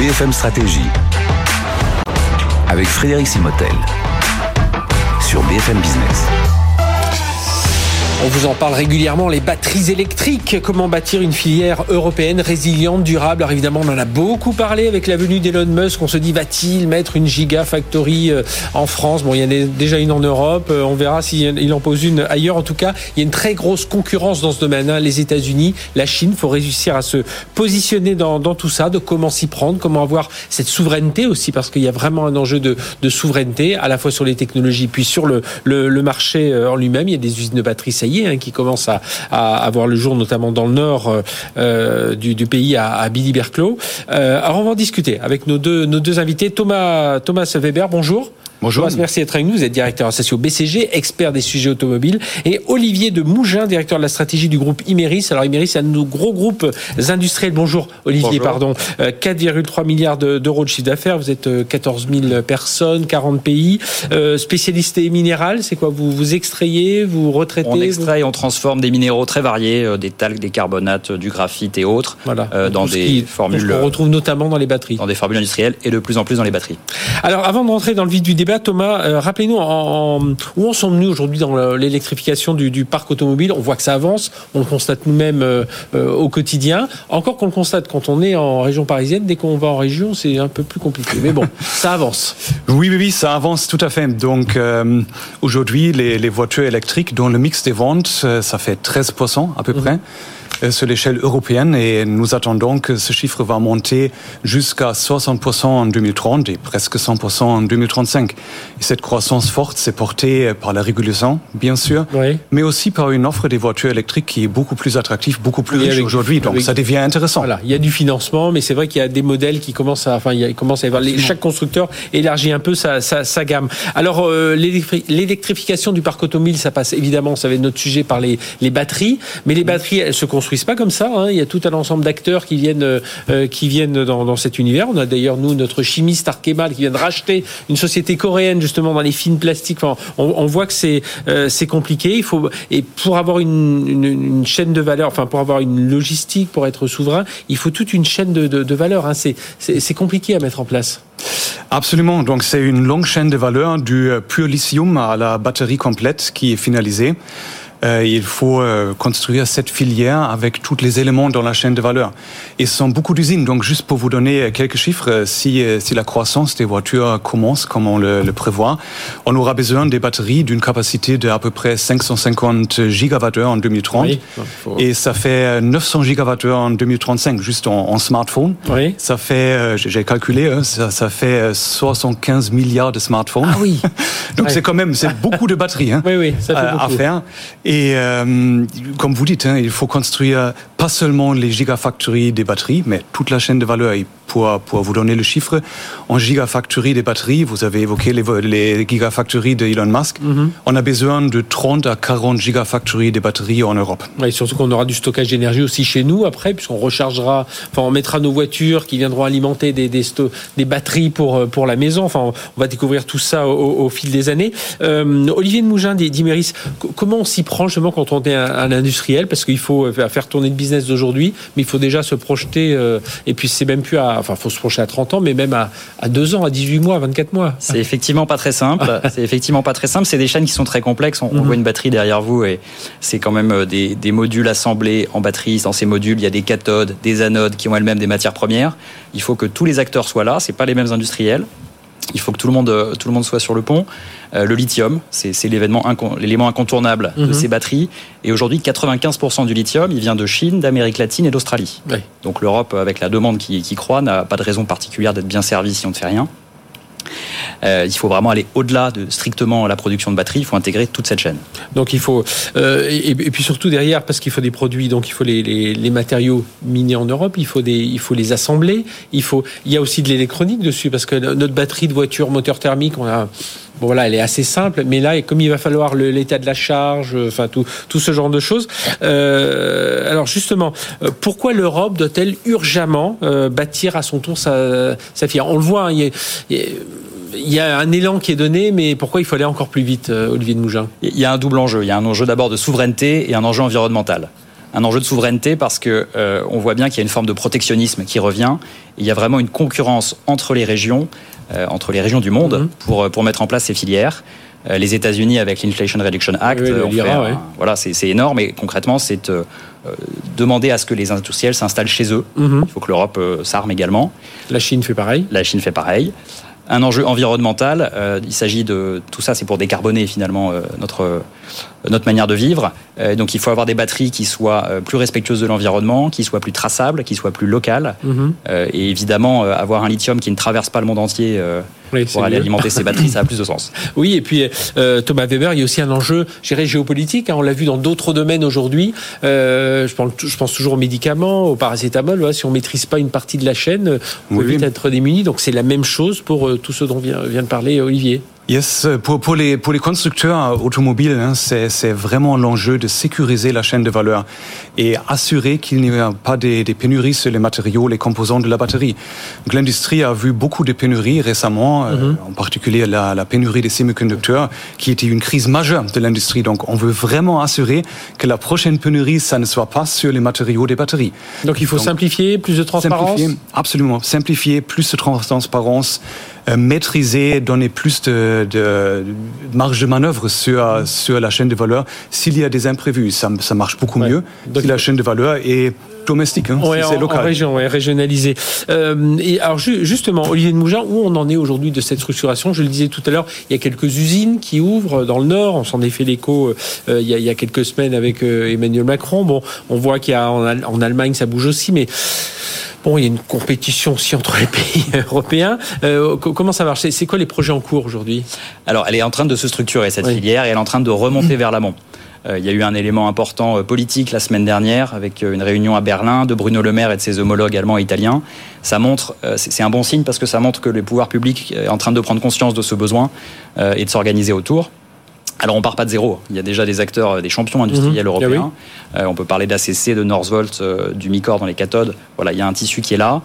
BFM Stratégie avec Frédéric Simotel sur BFM Business. On vous en parle régulièrement, les batteries électriques. Comment bâtir une filière européenne résiliente, durable? Alors évidemment, on en a beaucoup parlé avec la venue d'Elon Musk. On se dit, va-t-il mettre une gigafactory en France? Bon, il y en a déjà une en Europe. On verra s'il en pose une ailleurs. En tout cas, il y a une très grosse concurrence dans ce domaine. Les États-Unis, la Chine, il faut réussir à se positionner dans tout ça, de comment s'y prendre, comment avoir cette souveraineté aussi, parce qu'il y a vraiment un enjeu de souveraineté, à la fois sur les technologies, puis sur le marché en lui-même. Il y a des usines de batteries, ça y est, qui commence à avoir le jour, notamment dans le nord du pays, à Billy-Berclau. Alors on va en discuter avec nos deux invités. Thomas Weber, bonjour. Bonjour. Thomas, merci d'être avec nous. Vous êtes directeur associé au BCG, expert des sujets automobiles. Et Olivier de Mougin, directeur de la stratégie du groupe Imerys. Alors Imerys, c'est un de nos gros groupes industriels. Bonjour Olivier, bonjour. 4,3 milliards d'euros de chiffre d'affaires. Vous êtes 14 000 personnes, 40 pays. Spécialité minérale, c'est quoi? Vous extrayez, vous retraitez? On extrait, on transforme des minéraux très variés, des talcs, des carbonates, du graphite et autres, voilà. Dans des formules. On retrouve notamment dans les batteries. Dans des formules industrielles et de plus en plus dans les batteries. Alors avant de rentrer dans le vif du débat, Thomas, rappelez-nous où en sommes-nous aujourd'hui dans l'électrification du parc automobile? On voit que ça avance, on le constate nous-mêmes au quotidien. Encore qu'on le constate quand on est en région parisienne, dès qu'on va en région, c'est un peu plus compliqué. Mais bon, ça avance. Oui, ça avance tout à fait. Donc aujourd'hui, les voitures électriques, dont le mix des ventes, ça fait 13% à peu près. Sur l'échelle européenne, et nous attendons que ce chiffre va monter jusqu'à 60% en 2030 et presque 100% en 2035. Et cette croissance forte, c'est portée par la régulation, bien sûr, oui, mais aussi par une offre des voitures électriques qui est beaucoup plus attractive, beaucoup plus riche aujourd'hui. Donc ça devient intéressant. Voilà, il y a du financement, mais c'est vrai qu'il y a des modèles qui commencent à y avoir. Chaque constructeur élargit un peu sa gamme. Alors l'électrification du parc automobile, ça passe évidemment, ça va être notre sujet, par les batteries, mais les batteries, elles se construisent pas comme ça, Il y a tout un ensemble d'acteurs qui viennent dans cet univers. On a d'ailleurs, nous, notre chimiste Arkema qui vient de racheter une société coréenne justement dans les fines plastiques. Enfin, on voit que c'est compliqué. Et pour avoir une chaîne de valeur, enfin pour avoir une logistique, pour être souverain, il faut toute une chaîne de valeur. C'est compliqué à mettre en place. Absolument. Donc c'est une longue chaîne de valeur du pur lithium à la batterie complète qui est finalisée. Il faut construire cette filière avec tous les éléments dans la chaîne de valeur. Et ce sont beaucoup d'usines. Donc, juste pour vous donner quelques chiffres, si la croissance des voitures commence comme on le prévoit, on aura besoin des batteries d'une capacité de à peu près 550 gigawattheures en 2030. Oui, et ça fait 900 gigawattheures en 2035, juste en smartphone. Oui. Ça fait, j'ai calculé, ça fait 75 milliards de smartphones. Ah oui. Donc, c'est beaucoup de batteries oui, ça fait beaucoup à faire. Et comme vous dites, il faut construire pas seulement les gigafactories des batteries, mais toute la chaîne de valeur. Et pour vous donner le chiffre, en gigafactory des batteries, vous avez évoqué les gigafactories de Elon Musk, on a besoin de 30 à 40 gigafactories des batteries en Europe. Oui, surtout qu'on aura du stockage d'énergie aussi chez nous après, puisqu'on on mettra nos voitures qui viendront alimenter des batteries pour la maison. Enfin, on va découvrir tout ça au fil des années. Olivier de Mougin d'Imerys, comment on s'y prend justement quand on est un industriel, parce qu'il faut faire tourner le business d'aujourd'hui, mais il faut déjà se projeter, et puis c'est même plus faut se projeter à 30 ans, mais même à 2 ans, à 18 mois, à 24 mois. C'est effectivement pas très simple. C'est des chaînes qui sont très complexes. On voit une batterie derrière vous et c'est quand même des modules assemblés en batterie. Dans ces modules, il y a des cathodes, des anodes qui ont elles-mêmes des matières premières. Il faut que tous les acteurs soient là. C'est pas les mêmes industriels. Il faut que tout le monde soit sur le pont. Le lithium, c'est l'élément incontournable de ces batteries. Et aujourd'hui, 95% du lithium, il vient de Chine, d'Amérique latine et d'Australie. Oui. Donc l'Europe, avec la demande qui croît, n'a pas de raison particulière d'être bien servie si on ne fait rien. Il faut vraiment aller au-delà de strictement la production de batteries. Il faut intégrer toute cette chaîne. Donc il faut et puis surtout derrière, parce qu'il faut des produits, donc il faut les matériaux minés en Europe. Il faut les assembler. Il y a aussi de l'électronique dessus, parce que notre batterie de voiture moteur thermique, elle est assez simple, mais là, comme il va falloir l'état de la charge, enfin tout ce genre de choses. Alors justement, pourquoi l'Europe doit-elle urgemment bâtir à son tour sa filière? On le voit, il y a un élan qui est donné, mais pourquoi il faut aller encore plus vite, Olivier de Mougin? Il y a un double enjeu. Il y a un enjeu d'abord de souveraineté et un enjeu environnemental. un enjeu de souveraineté parce que on voit bien qu'il y a une forme de protectionnisme qui revient. Il y a vraiment une concurrence entre les régions du monde pour mettre en place ces filières. Les États-Unis avec l'Inflation Reduction Act, voilà, c'est énorme et concrètement c'est demander à ce que les industriels s'installent chez eux. Il faut que l'Europe s'arme également. La Chine fait pareil. Un enjeu environnemental, il s'agit de tout ça, c'est pour décarboner finalement notre manière de vivre. Donc il faut avoir des batteries qui soient plus respectueuses de l'environnement, qui soient plus traçables, qui soient plus locales. Et évidemment, avoir un lithium qui ne traverse pas le monde entier pour aller alimenter ces batteries, ça a plus de sens. Oui, et puis Thomas Weber, il y a aussi un enjeu, je dirais, géopolitique. On l'a vu dans d'autres domaines aujourd'hui. Je pense toujours aux médicaments, au paracétamol. Voilà, si on ne maîtrise pas une partie de la chaîne, on peut vite être démuni. Donc c'est la même chose pour tout ce dont vient de parler Olivier. Yes, pour les constructeurs automobiles, c'est vraiment l'enjeu de sécuriser la chaîne de valeur et assurer qu'il n'y a pas des pénuries sur les matériaux, les composants de la batterie. Donc, l'industrie a vu beaucoup de pénuries récemment, en particulier la pénurie des semi-conducteurs, qui était une crise majeure de l'industrie. Donc, on veut vraiment assurer que la prochaine pénurie, ça ne soit pas sur les matériaux des batteries. Donc, il faut simplifier, plus de transparence. Absolument, simplifier, plus de transparence. Maîtriser, donner plus de marge de manœuvre sur la chaîne de valeur. S'il y a des imprévus, ça marche beaucoup mieux. Donc, si la chaîne de valeur est domestique, si c'est local. En région, régionalisé. Et alors justement, Olivier de Mougin, où on en est aujourd'hui de cette structuration? Je le disais tout à l'heure, il y a quelques usines qui ouvrent dans le Nord. On s'en est fait l'écho il y a quelques semaines avec Emmanuel Macron. Bon, on voit qu'il y a en Allemagne, ça bouge aussi, mais bon, il y a une compétition aussi entre les pays européens. Comment ça marche? C'est quoi les projets en cours aujourd'hui? Alors, elle est en train de se structurer, cette filière, et elle est en train de remonter vers l'amont. Il y a eu un élément important politique la semaine dernière, avec une réunion à Berlin de Bruno Le Maire et de ses homologues allemands et italiens. Ça montre, c'est un bon signe parce que ça montre que les pouvoirs publics sont en train de prendre conscience de ce besoin et de s'organiser autour. Alors on part pas de zéro, il y a déjà des acteurs, des champions industriels européens. On peut parler d'ACC, de Northvolt, d'Umicore dans les cathodes. Voilà, il y a un tissu qui est là.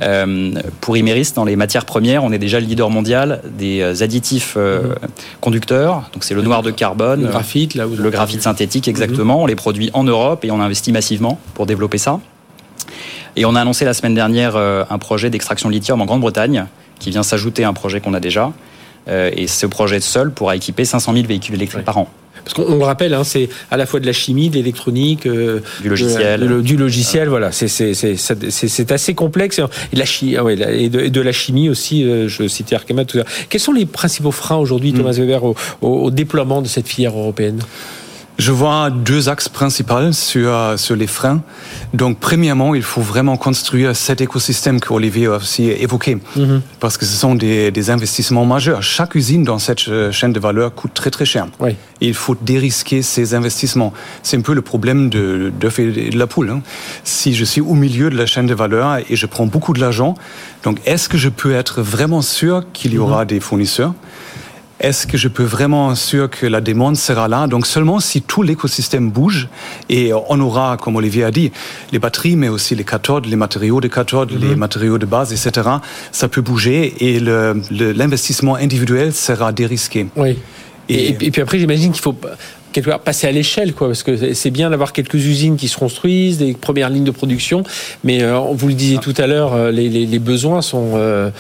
Pour Imerys, dans les matières premières, on est déjà le leader mondial des additifs conducteurs. Donc c'est le noir de carbone, le graphite synthétique, exactement. On les produit en Europe et on investit massivement pour développer ça. Et on a annoncé la semaine dernière un projet d'extraction de lithium en Grande-Bretagne qui vient s'ajouter à un projet qu'on a déjà. Et ce projet seul pourra équiper 500 000 véhicules électriques par an. Parce qu'on le rappelle, c'est à la fois de la chimie, de l'électronique, du logiciel. Du logiciel, voilà. C'est assez complexe. Et de la chimie aussi, je citais Arkema tout à l'heure. Quels sont les principaux freins aujourd'hui, Thomas Weber, au déploiement de cette filière européenne? Je vois deux axes principaux sur les freins. Donc, premièrement, il faut vraiment construire cet écosystème qu'Olivier a aussi évoqué. Parce que ce sont des investissements majeurs. Chaque usine dans cette chaîne de valeur coûte très, très cher. Et il faut dérisquer ces investissements. C'est un peu le problème de la poule. Si je suis au milieu de la chaîne de valeur et je prends beaucoup de l'argent, donc est-ce que je peux être vraiment sûr qu'il y aura des fournisseurs? Est-ce que je peux vraiment être sûr que la demande sera là? Donc seulement si tout l'écosystème bouge, et on aura, comme Olivier a dit, les batteries, mais aussi les cathodes, les matériaux de cathodes, les matériaux de base, etc. Ça peut bouger et l'investissement individuel sera dérisqué. Et puis après, j'imagine qu'il faut quelque part passer à l'échelle, parce que c'est bien d'avoir quelques usines qui se construisent, des premières lignes de production, mais vous le disiez tout à l'heure, les besoins sont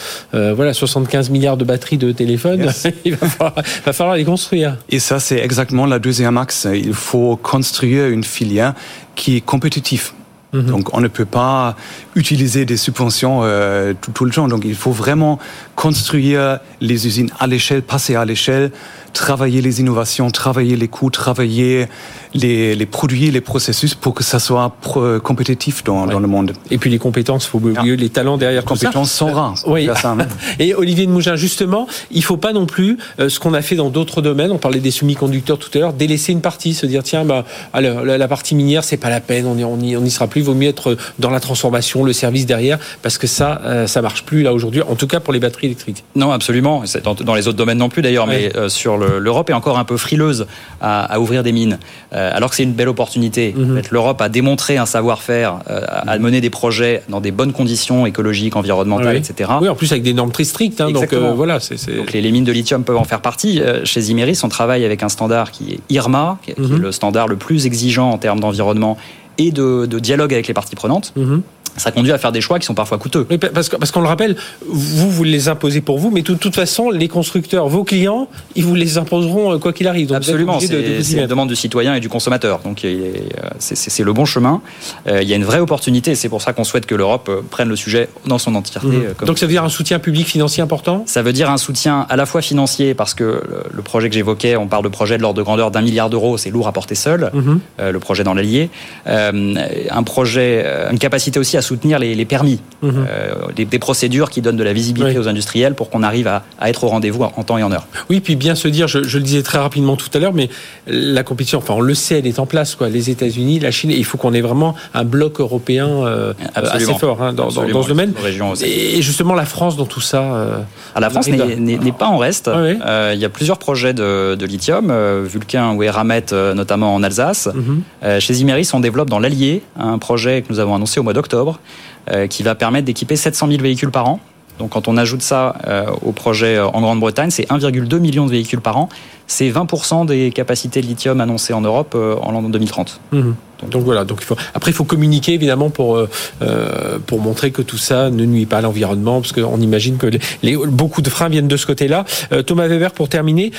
75 milliards de batteries de téléphone. Il va falloir les construire. Et ça, c'est exactement la deuxième axe. Il faut construire une filière qui est compétitive. Donc on ne peut pas utiliser des subventions tout le temps. Donc il faut vraiment construire les usines à l'échelle, passer à l'échelle, travailler les innovations, travailler les coûts, travailler les produits, les processus pour que ça soit compétitif dans le monde. Et puis les compétences, il faut oublier les talents derrière tout ça. Les compétences sont rares. Et Olivier de Mougin, justement, il ne faut pas non plus, ce qu'on a fait dans d'autres domaines, on parlait des semi-conducteurs tout à l'heure, délaisser une partie, se dire tiens, alors, la partie minière, c'est pas la peine, on n'y sera plus, il vaut mieux être dans la transformation, le service derrière, parce que ça marche plus là aujourd'hui, en tout cas pour les batteries électriques. Non, absolument. Dans les autres domaines non plus d'ailleurs, mais sur l'Europe est encore un peu frileuse à ouvrir des mines. Alors que c'est une belle opportunité. En fait, l'Europe a démontré un savoir-faire, à mener des projets dans des bonnes conditions écologiques, environnementales, etc. Oui, en plus avec des normes très strictes. Donc les mines de lithium peuvent en faire partie. Chez Imerys, on travaille avec un standard qui est IRMA, qui est le standard le plus exigeant en termes d'environnement et de dialogue avec les parties prenantes. Ça conduit à faire des choix qui sont parfois coûteux. Oui, parce qu'on le rappelle, vous les imposez pour vous, mais de toute façon, les constructeurs, vos clients, ils vous les imposeront quoi qu'il arrive. Donc absolument, c'est une demande du citoyen et du consommateur. Donc c'est le bon chemin. Il y a une vraie opportunité, et c'est pour ça qu'on souhaite que l'Europe prenne le sujet dans son entièreté. Donc ça veut dire un soutien public financier important ? Ça veut dire un soutien à la fois financier, parce que le projet que j'évoquais, on parle de projet de l'ordre de grandeur d'1 milliard d'euros, c'est lourd à porter seul, le projet dans l'Allier. Un projet, une capacité aussi à soutenir les permis, des procédures qui donnent de la visibilité aux industriels pour qu'on arrive à être au rendez-vous en temps et en heure. Oui, puis bien se dire, je le disais très rapidement tout à l'heure, mais la compétition, enfin on le sait, elle est en place, quoi. Les États-Unis, la Chine, il faut qu'on ait vraiment un bloc européen assez fort dans ce domaine. Et justement la France dans tout ça. La France n'est pas en reste. Il y a plusieurs projets de lithium, Vulcain ou Eramet, notamment en Alsace. Chez Imerys, on développe dans l'Allier un projet que nous avons annoncé au mois d'octobre, qui va permettre d'équiper 700 000 véhicules par an. Donc quand on ajoute ça au projet en Grande-Bretagne, c'est 1,2 million de véhicules par an. C'est 20% des capacités de lithium annoncées en Europe en l'an 2030. Donc voilà. Donc il faut communiquer évidemment pour montrer que tout ça ne nuit pas à l'environnement, parce qu'on imagine que beaucoup de freins viennent de ce côté-là. Thomas Weber, pour terminer,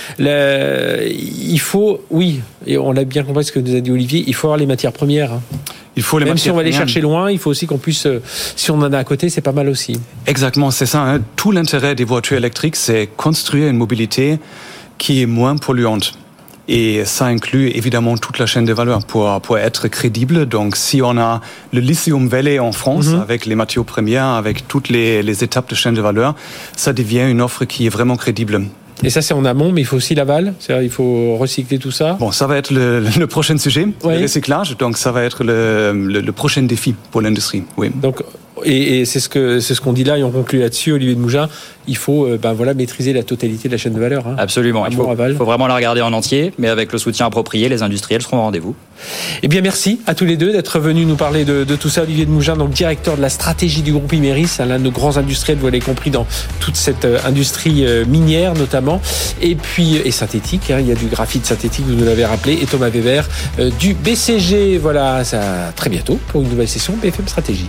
il faut, et on l'a bien compris ce que nous a dit Olivier, il faut avoir les matières premières. Il faut Même si on va les chercher loin, il faut aussi qu'on puisse, si on en a à côté, c'est pas mal aussi. Exactement, c'est ça. Tout l'intérêt des voitures électriques, c'est construire une mobilité qui est moins polluante. Et ça inclut évidemment toute la chaîne de valeur pour être crédible. Donc si on a le Lithium Valley en France, avec les matières premières, avec toutes les étapes de chaîne de valeur, ça devient une offre qui est vraiment crédible. Et ça, c'est en amont, mais il faut aussi l'aval. C'est-à-dire, il faut recycler tout ça. Bon, ça va être le prochain sujet, le recyclage. Donc, ça va être le prochain défi pour l'industrie. Oui. Donc, et c'est ce qu'on dit là, et on conclut là-dessus, Olivier de Mougin. Il faut maîtriser la totalité de la chaîne de valeur. Absolument. Il faut vraiment la regarder en entier, mais avec le soutien approprié, les industriels seront au rendez-vous. Eh bien, merci à tous les deux d'être venus nous parler de tout ça. Olivier de Mougin, donc directeur de la stratégie du groupe Imerys, l'un de nos grands industriels, vous l'avez compris, dans toute cette industrie minière notamment, et synthétique. Il y a du graphite synthétique, vous nous l'avez rappelé, et Thomas Weber du BCG. Voilà, ça très bientôt pour une nouvelle session BFM Stratégie.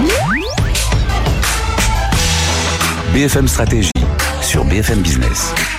BFM Stratégie sur BFM Business.